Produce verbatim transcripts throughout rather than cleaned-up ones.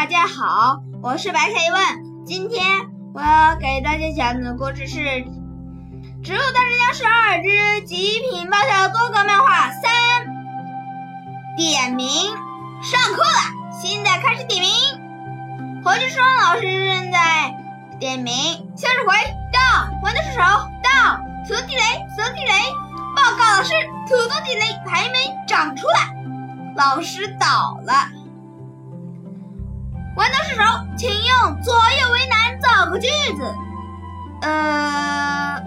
大家好，我是白凯问。今天我要给大家讲的故事是《植物大战僵尸二之极品爆笑多个漫画三》。点名上课了，现在开始点名。火炬双老师正在点名，向日葵到，豌豆射手到，土豆地雷土豆地雷，报告老师，土豆地雷还没长出来，老师倒了。豌豆射手，请用左右为难造个句子。呃，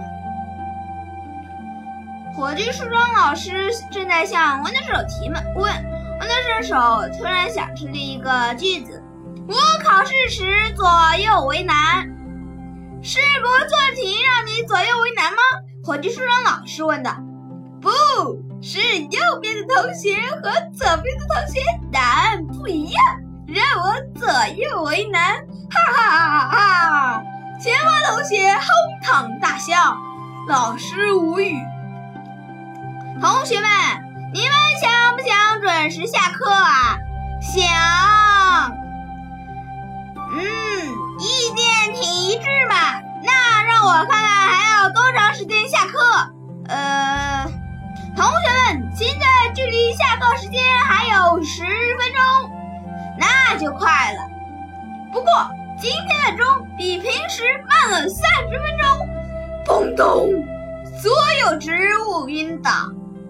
火炬树桩老师正在向豌豆射手提问，问豌豆射手突然想出了一个句子：我考试时左右为难。是不做题让你左右为难吗？火炬树桩老师问道。不是，右边的同学和左边的同学答案不一样，让我左右为难，哈哈哈哈！前方同学哄堂大笑，老师无语。同学们，你们想不想准时下课啊？想。嗯，意见挺一致嘛。那让我看看还要多长时间下课。呃，同学们，现在距离下课时间还有十分钟。那就快了，不过今天的钟比平时慢了三十分钟。砰咚，所有植物晕倒，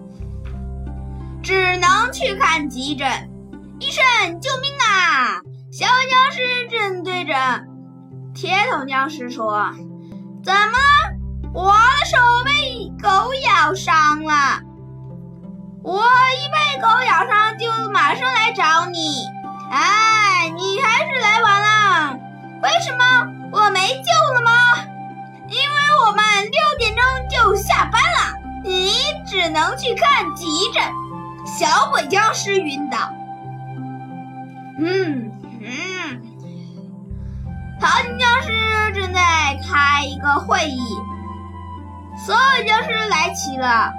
只能去看急诊。医生，救命啊！小僵尸正对着铁桶僵尸说：怎么我的手被狗咬伤了，我一被狗咬伤就马上来找你。哎，你还是来晚了。为什么？我没救了吗？因为我们六点钟就下班了，你只能去看急诊。小鬼僵尸晕倒。嗯嗯，淘金僵尸正在开一个会议，所有僵尸来齐了，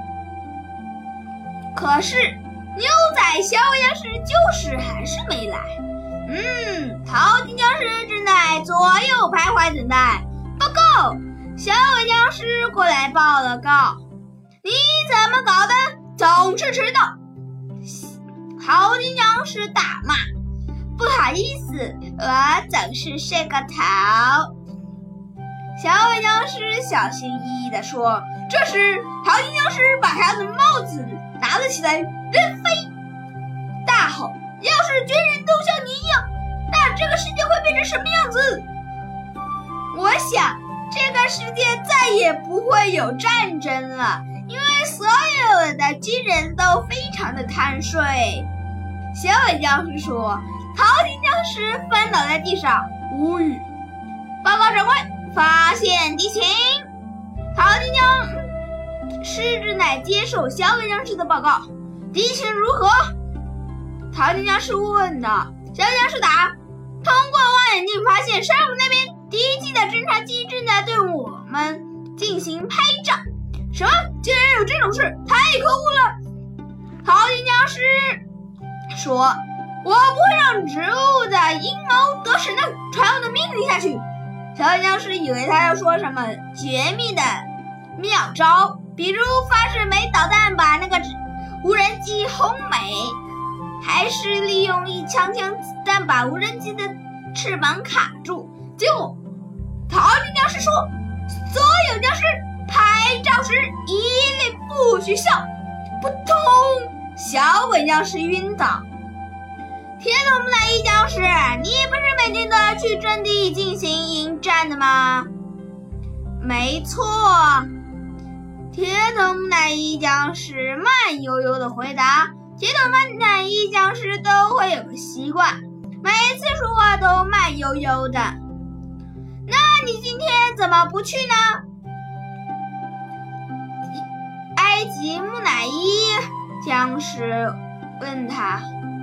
可是牛仔小鬼僵尸就是还是没来。嗯，淘金僵尸正在左右徘徊等待。报告，小鬼僵尸过来报了告。你怎么搞的？总是迟到。淘金僵尸大骂。不好意思，我总是睡个头。小鬼僵尸小心翼翼地说。这时淘金僵尸把他的帽子拿了起来扔飞，大吼：要是军人都像你一样，那这个世界会变成什么样子？我想这个世界再也不会有战争了，因为所有的军人都非常的贪睡。小鬼僵尸说。淘金僵尸翻倒在地上，无语。报告长官，发现敌情。淘金僵尸正在接受小鬼僵尸的报告。敌情如何？淘金僵尸问道。小鬼僵尸答：通过望远镜发现山谷那边敌机的侦察机正在对我们进行拍照。什么？竟然有这种事，太可恶了！淘金僵尸说。我不会让植物的阴谋得逞的，传我的命令下去。小鬼僵尸以为他要说什么绝密的妙招，比如发射枚导弹把那个无人机轰没，还是利用一枪枪子弹把无人机的翅膀卡住。结果淘金僵尸说，所有僵尸拍照时一律不许笑。扑通，小鬼僵尸晕倒。铁桶木乃伊僵尸，你不是每天都要去阵地进行迎战的吗？没错。铁桶木乃伊僵尸慢悠悠地回答。铁桶木乃伊僵尸都会有个习惯，每次说话都慢悠悠的。那你今天怎么不去呢？埃及木乃伊僵尸问他。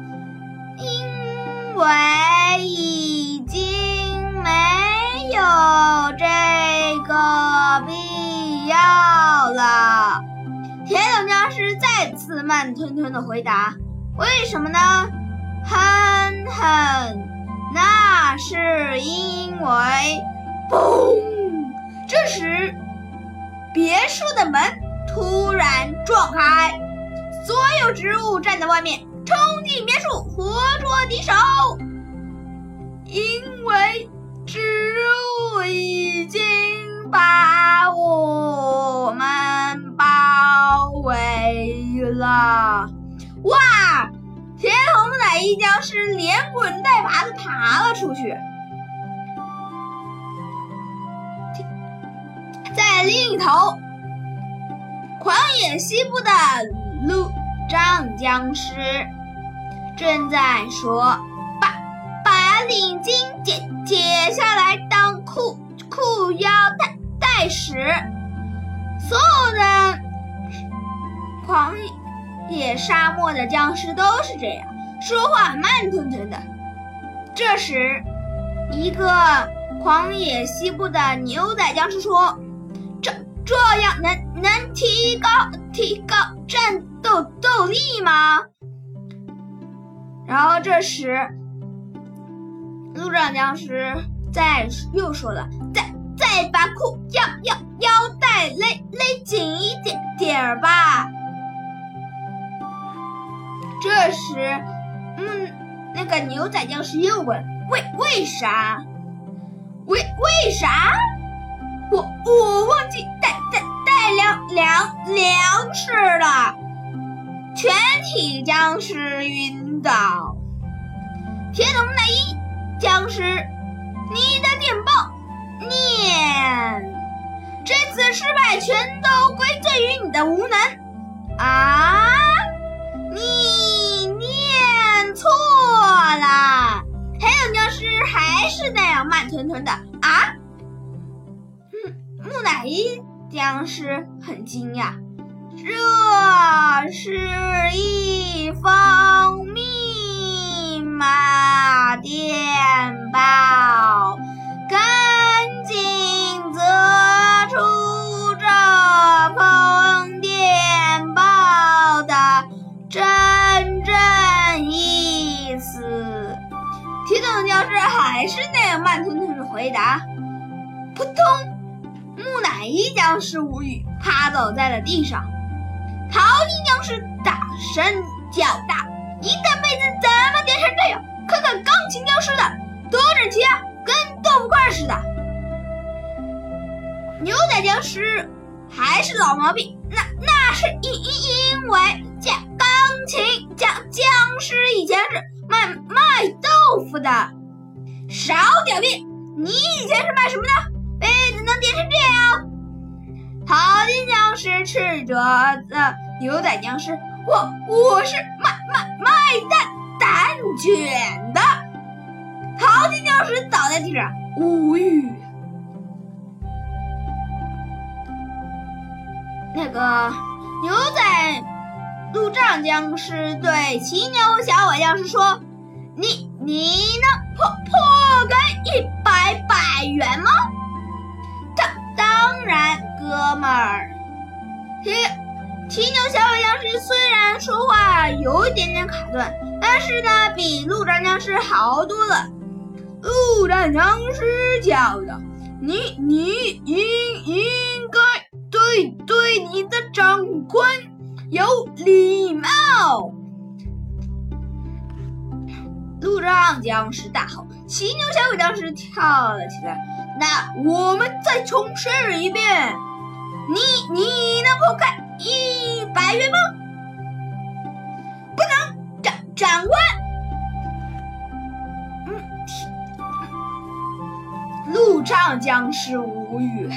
因为已经没有这个必要了。铁桶僵尸再次慢吞吞地回答。为什么呢？哼哼，那那是因为……嘣！这时，别墅的门突然撞开，所有植物站在外面，冲进别墅，活捉敌手。因为植物已经把我们包围了。哇！天红的奶衣僵尸连滚带爬的爬了出去。在另一头，狂野西部的路障僵尸正在说：“把把领巾解解下来当裤裤腰带带时。”所有的狂野沙漠的僵尸都是这样，说话慢吞吞的。这时，一个狂野西部的牛仔僵尸说：“这这样能能提高提高战斗斗力吗？”然后这时，路障僵尸再又说了：“再再把裤腰腰腰带勒勒紧一点点儿吧。”这时，嗯，那个牛仔僵尸又问：“为为啥？为为啥？我我忘记带带带粮粮粮食了。”全体僵尸晕倒。铁桶内衣僵尸，你的电报念，这次失败全都归罪于你的无能啊！你念错了，黑桶僵尸还是那样慢吞吞的啊！嗯，木乃伊僵尸很惊讶，这是一封密码电报，赶紧择出这封电报的真正意思。铁桶僵尸还是那样慢吞吞的回答。扑通，木乃伊僵尸无语，趴倒在了地上。淘金僵尸大声叫道：“你的被子怎么叠成这样？看看钢琴僵尸的，多整齐啊，跟豆腐块似的。”牛仔僵尸还是老毛病，那那是因因因为讲钢琴僵僵尸以前是卖卖豆腐的。少狡辩，你以前是卖什么的？被子能叠成这样？淘金僵尸斥责的牛仔僵尸：“我我是卖卖卖蛋蛋卷的。”淘金僵尸倒在地上无语。那个牛仔路障僵尸对骑牛小尾僵尸说：“你你能破破个一百百元吗？”当当然，哥们儿。骑骑牛小尾僵尸虽然说话有一点点卡顿，但是呢，比路障僵尸好多了。路障僵尸叫道：“你你应应该对对你的长官有礼貌。”路障僵尸大吼，骑牛小尾僵尸跳了起来。那我们再重试一遍，你你能破开一百元吗？不能，长长官。嗯，路障僵尸无语。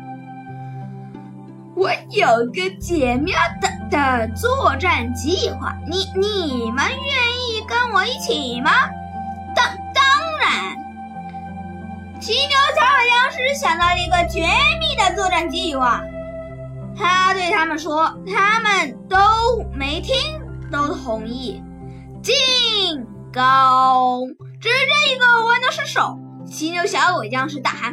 我有个简妙的的作战计划，你你们愿意跟我一起吗？当当然。骑牛小尾僵尸想到了一个绝密的作战计划，他对他们说，他们都没听，都同意。进攻！指着一个豌豆射手，骑牛小尾僵尸大喊。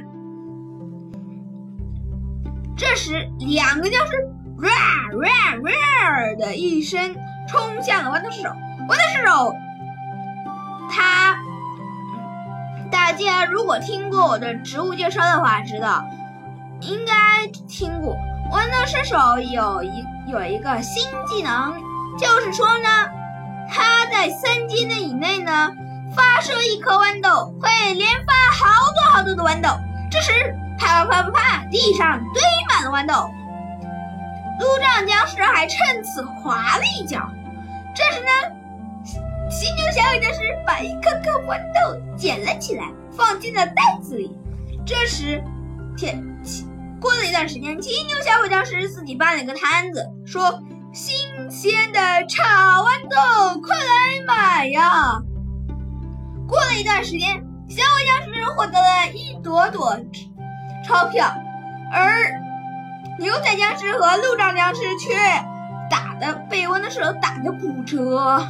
这时，两个僵尸“哇哇哇”的一声冲向了豌豆射手。豌豆射手，他大大家如果听过我的植物介绍的话，知道应该听过豌豆射手有一有一个新技能，就是说呢，它在三阶的以内呢，发射一颗豌豆会连发好多好多的豌豆，这时啪啪啪啪啪，地上堆满了豌豆。路障僵尸还趁此滑了一跤。这时呢，犀牛小尾僵尸把一颗颗豌豆捡了起来，放进了袋子里。这时天过了一段时间，犀牛小尾僵尸自己办了一个摊子，说新鲜的炒豌豆快来买呀。过了一段时间，小尾僵尸获得了一朵朵钞票，而牛仔僵尸和路障僵尸却打的被豌豆射手打的骨折。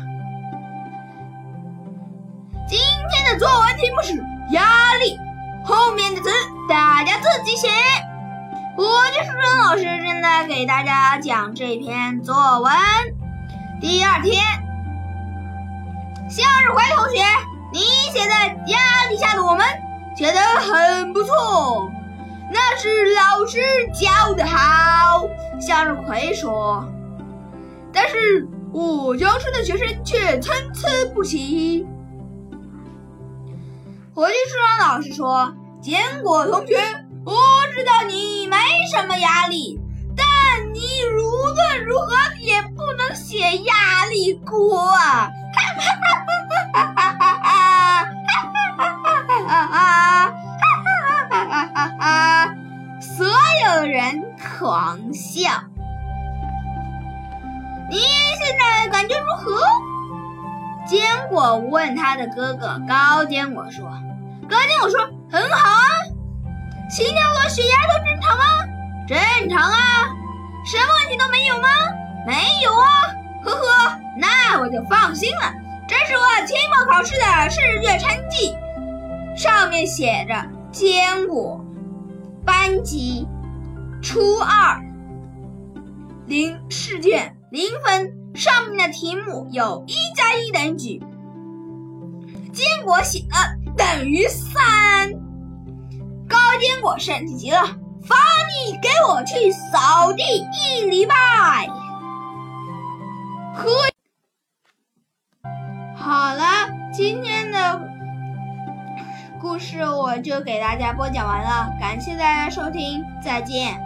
今天的作文题目是压力，后面的词大家自己写。我就是郑老师，正在给大家讲这篇作文。第二天，向日葵同学，你写在压力下的我们写得很不错，那是老师教的好。向日葵说，但是我教书的学生却参差不齐。回去书上老师说，坚果同学，我知道你没什么压力，但你无论如何也不能写压力锅啊！哈哈哈哈哈哈哈哈哈哈哈哈哈！所有人狂笑。你现在感觉如何？坚果问他的哥哥高坚果说。高坚果说，很好啊。心跳和血压都正常吗？正常啊。什么问题都没有吗？没有啊。呵呵，那我就放心了。这是我期末考试的试卷成绩，上面写着坚果班级初二零试卷零分，上面的题目有一加一等于几，坚果写了等于三。高坚果生气极了，罚你给我去扫地一礼拜。可好了，今天的故事我就给大家播讲完了，感谢大家收听，再见。